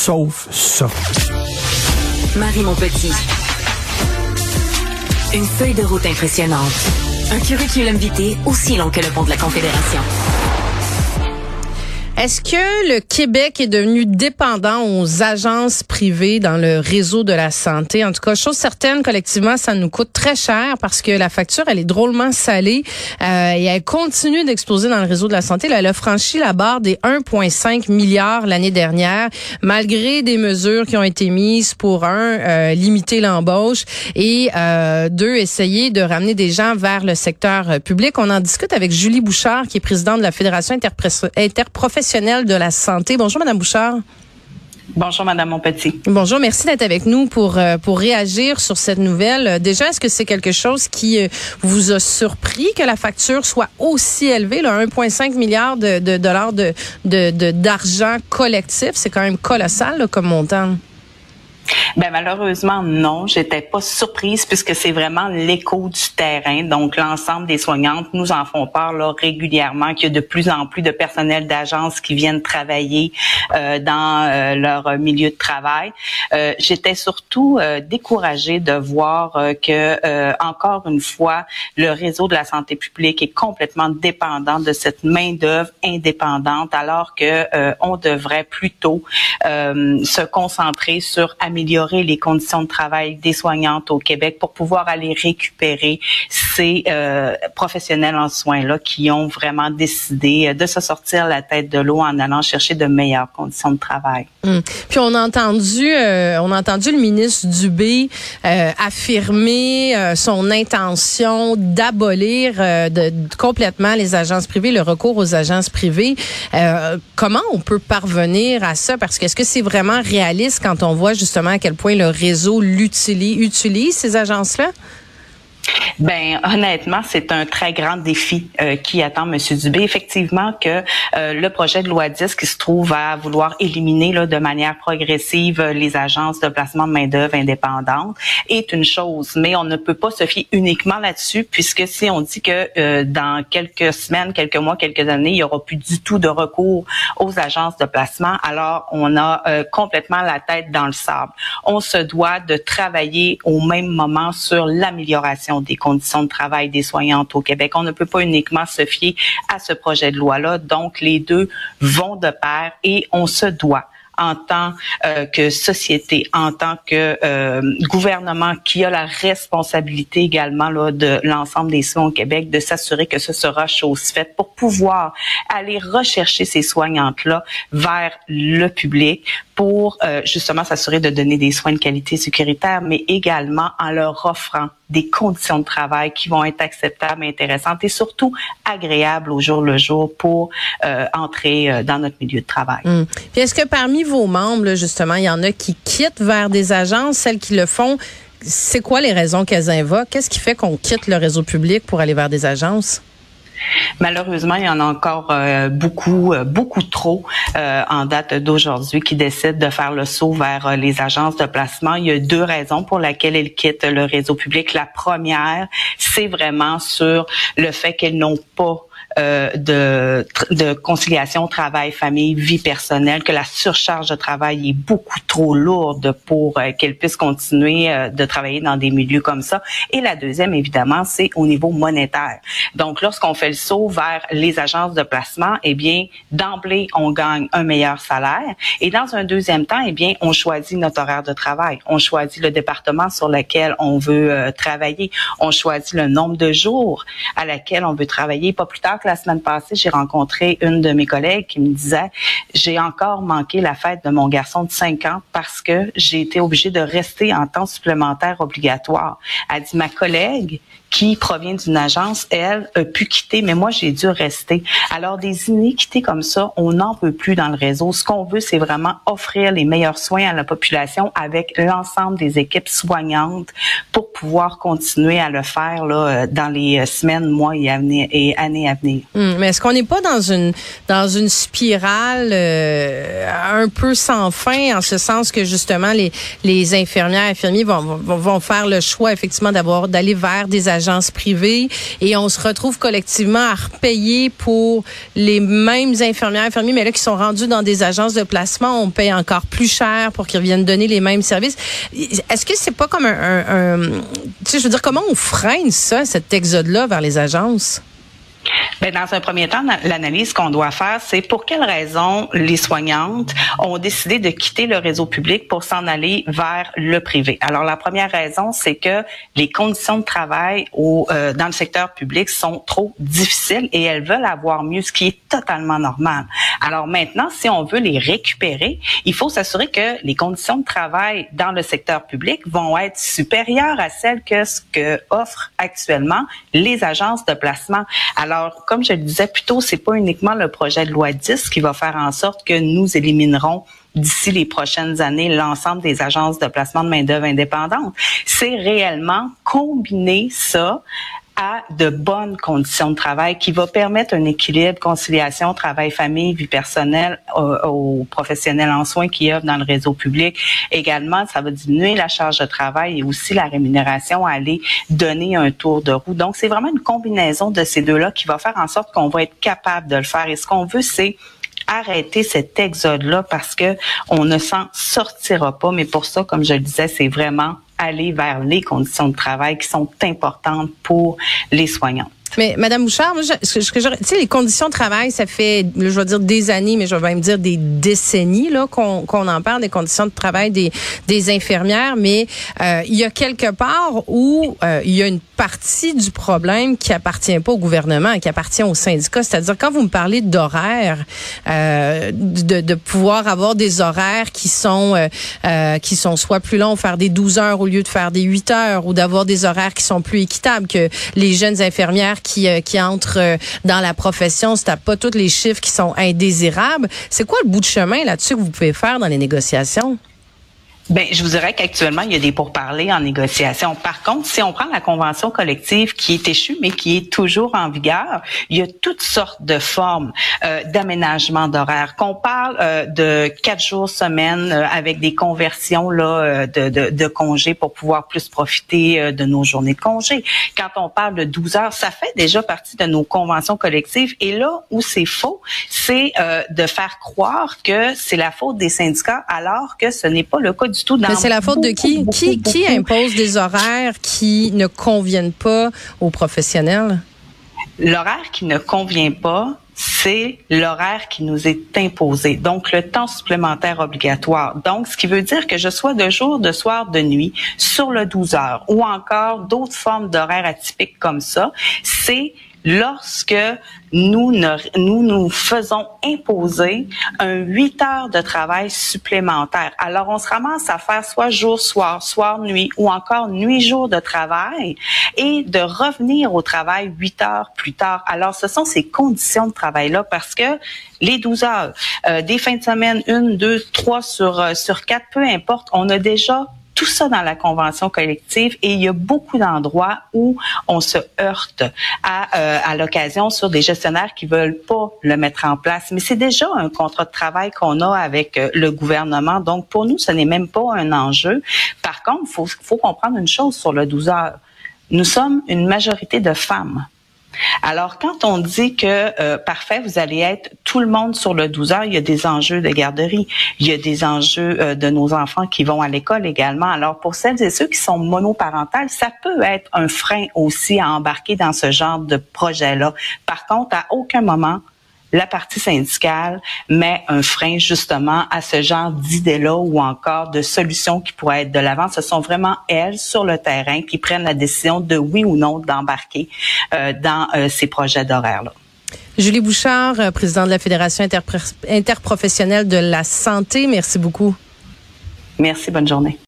sauf ça. Marie Montpetit. Une feuille de route impressionnante. Un curriculum vitae aussi long que le pont de la Confédération. Est-ce que le Québec est devenu dépendant aux agences privées dans le réseau de la santé? En tout cas, chose certaine, collectivement, ça nous coûte très cher parce que la facture, elle est drôlement salée et elle continue d'exploser dans le réseau de la santé. Là, elle a franchi la barre des 1,5 milliard l'année dernière, malgré des mesures qui ont été mises pour limiter l'embauche et deux, essayer de ramener des gens vers le secteur public. On en discute avec Julie Bouchard, qui est présidente de la Fédération interprofessionnelle de la santé. Bonjour, Madame Bouchard. Bonjour, Madame Montpetit. Bonjour, merci d'être avec nous pour réagir sur cette nouvelle. Déjà, est-ce que c'est quelque chose qui vous a surpris que la facture soit aussi élevée, là, 1,5 milliard de dollars d'argent collectif? C'est quand même colossal là, comme montant. Ben malheureusement non, j'étais pas surprise puisque c'est vraiment l'écho du terrain. Donc l'ensemble des soignantes nous en font part là régulièrement qu'il y a de plus en plus de personnel d'agence qui viennent travailler dans leur milieu de travail. J'étais surtout découragée de voir que encore une fois le réseau de la santé publique est complètement dépendant de cette main-d'œuvre indépendante alors que on devrait plutôt se concentrer sur améliorer les conditions de travail des soignantes au Québec pour pouvoir aller récupérer ces professionnels en soins là qui ont vraiment décidé de se sortir la tête de l'eau en allant chercher de meilleures conditions de travail. Puis on a entendu le ministre Dubé affirmer son intention d'abolir complètement les agences privées, le recours aux agences privées. Comment on peut parvenir à ça? Parce que est-ce que c'est vraiment réaliste quand on voit justement à quel point le réseau utilise ces agences-là? Ben honnêtement, c'est un très grand défi qui attend M. Dubé. Effectivement que le projet de loi 10 qui se trouve à vouloir éliminer là, de manière progressive les agences de placement de main-d'œuvre indépendantes est une chose, mais on ne peut pas se fier uniquement là-dessus puisque si on dit que dans quelques semaines, quelques mois, quelques années, il y aura plus du tout de recours aux agences de placement, alors on a complètement la tête dans le sable. On se doit de travailler au même moment sur l'amélioration des conditions de travail des soignantes au Québec. On ne peut pas uniquement se fier à ce projet de loi-là. Donc, les deux vont de pair et on se doit en tant que société, en tant que gouvernement qui a la responsabilité également là, de l'ensemble des soins au Québec, de s'assurer que ce sera chose faite pour pouvoir aller rechercher ces soignantes-là vers le public pour justement s'assurer de donner des soins de qualité sécuritaire, mais également en leur offrant des conditions de travail qui vont être acceptables, intéressantes et surtout agréables au jour le jour pour entrer dans notre milieu de travail. Puis est-ce que parmi vos membres, là, justement, il y en a qui quittent vers des agences, celles qui le font, c'est quoi les raisons qu'elles invoquent? Qu'est-ce qui fait qu'on quitte le réseau public pour aller vers des agences? Malheureusement, il y en a encore beaucoup trop en date d'aujourd'hui qui décident de faire le saut vers les agences de placement. Il y a deux raisons pour lesquelles elles quittent le réseau public. La première, c'est vraiment sur le fait qu'elles n'ont pas de conciliation travail-famille, vie personnelle, que la surcharge de travail est beaucoup trop lourde pour qu'elles puissent continuer de travailler dans des milieux comme ça. Et la deuxième, évidemment, c'est au niveau monétaire. Donc, lorsqu'on fait le saut vers les agences de placement, eh bien, d'emblée, on gagne un meilleur salaire. Et dans un deuxième temps, eh bien, on choisit notre horaire de travail. On choisit le département sur lequel on veut travailler. On choisit le nombre de jours à laquelle on veut travailler. Pas plus tard que la semaine passée, j'ai rencontré une de mes collègues qui me disait « J'ai encore manqué la fête de mon garçon de 5 ans parce que j'ai été obligée de rester en temps supplémentaire obligatoire. » Elle dit « Ma collègue qui provient d'une agence, elle, a pu quitter, mais moi, j'ai dû rester. » Alors, des iniquités comme ça, on n'en peut plus dans le réseau. Ce qu'on veut, c'est vraiment offrir les meilleurs soins à la population avec l'ensemble des équipes soignantes pour pouvoir continuer à le faire là, dans les semaines, mois et années à venir. venir. Mais est-ce qu'on n'est pas dans une spirale un peu sans fin, en ce sens que justement les infirmières, infirmiers vont faire le choix effectivement d'aller vers des agences privées et on se retrouve collectivement à repayer pour les mêmes infirmières, infirmiers, mais là qui sont rendus dans des agences de placement, on paye encore plus cher pour qu'ils reviennent donner les mêmes services. Est-ce que c'est pas comme tu sais, je veux dire, comment on freine ça, cet exode-là vers les agences? Bien, dans un premier temps, l'analyse qu'on doit faire, c'est pour quelles raisons les soignantes ont décidé de quitter le réseau public pour s'en aller vers le privé. Alors, la première raison, c'est que les conditions de travail dans le secteur public sont trop difficiles et elles veulent avoir mieux, ce qui est totalement normal. Alors maintenant, si on veut les récupérer, il faut s'assurer que les conditions de travail dans le secteur public vont être supérieures à celles que ce que offrent actuellement les agences de placement. Alors, comme je le disais plus tôt, c'est pas uniquement le projet de loi 10 qui va faire en sorte que nous éliminerons d'ici les prochaines années l'ensemble des agences de placement de main-d'œuvre indépendantes. C'est réellement combiner ça à de bonnes conditions de travail qui va permettre un équilibre, conciliation, travail-famille, vie personnelle aux professionnels en soins qui œuvrent dans le réseau public. Également, ça va diminuer la charge de travail et aussi la rémunération à aller donner un tour de roue. Donc, c'est vraiment une combinaison de ces deux-là qui va faire en sorte qu'on va être capable de le faire. Et ce qu'on veut, c'est arrêter cet exode-là parce que on ne s'en sortira pas. Mais pour ça, comme je le disais, c'est vraiment aller vers les conditions de travail qui sont importantes pour les soignants. Mais Madame Bouchard, moi, tu sais, les conditions de travail, ça fait, je vais dire des années, mais je vais même dire des décennies là qu'on en parle des conditions de travail des infirmières. Mais il y a quelque part où il y a une partie du problème qui appartient pas au gouvernement, qui appartient aux syndicats. C'est-à-dire quand vous me parlez d'horaires, de pouvoir avoir des horaires qui sont soit plus longs, faire des 12 heures au lieu de faire des 8 heures, ou d'avoir des horaires qui sont plus équitables, que les jeunes infirmières qui entrent dans la profession se tapent pas tous les chiffres qui sont indésirables. C'est quoi le bout de chemin là-dessus que vous pouvez faire dans les négociations? Ben, je vous dirais qu'actuellement, il y a des pourparlers en négociation. Par contre, si on prend la convention collective qui est échue, mais qui est toujours en vigueur, il y a toutes sortes de formes d'aménagement d'horaire. Qu'on parle de 4 jours semaine avec des conversions là de congés pour pouvoir plus profiter de nos journées de congés. Quand on parle de 12 heures, ça fait déjà partie de nos conventions collectives. Et là où c'est faux, c'est de faire croire que c'est la faute des syndicats alors que ce n'est pas le cas du tout. Mais c'est la faute de qui? Qui impose des horaires qui ne conviennent pas aux professionnels? L'horaire qui ne convient pas, c'est l'horaire qui nous est imposé. Donc, le temps supplémentaire obligatoire. Donc, ce qui veut dire que je sois de jour, de soir, de nuit, sur le 12 heures, ou encore d'autres formes d'horaires atypiques comme ça, c'est lorsque nous faisons imposer un 8 heures de travail supplémentaire. Alors, on se ramasse à faire soit jour, soir, soir, nuit, ou encore nuit-jour de travail, et de revenir au travail 8 heures plus tard. Alors, ce sont ces conditions de travail-là, parce que les 12 heures, des fins de semaine, 1, 2, 3 sur 4, peu importe, on a déjà tout ça dans la convention collective et il y a beaucoup d'endroits où on se heurte à l'occasion sur des gestionnaires qui veulent pas le mettre en place. Mais c'est déjà un contrat de travail qu'on a avec le gouvernement. Donc, pour nous, ce n'est même pas un enjeu. Par contre, faut comprendre une chose sur le 12 heures. Nous sommes une majorité de femmes. Alors, quand on dit que, parfait, vous allez être tout le monde sur le 12 heures, il y a des enjeux de garderie, il y a des enjeux de nos enfants qui vont à l'école également. Alors, pour celles et ceux qui sont monoparentales, ça peut être un frein aussi à embarquer dans ce genre de projet-là. Par contre, à aucun moment, la partie syndicale met un frein justement à ce genre d'idées-là ou encore de solutions qui pourraient être de l'avant. Ce sont vraiment elles sur le terrain qui prennent la décision de oui ou non d'embarquer dans ces projets d'horaire-là. Julie Bouchard, présidente de la Fédération interprofessionnelle de la santé, merci beaucoup. Merci, bonne journée.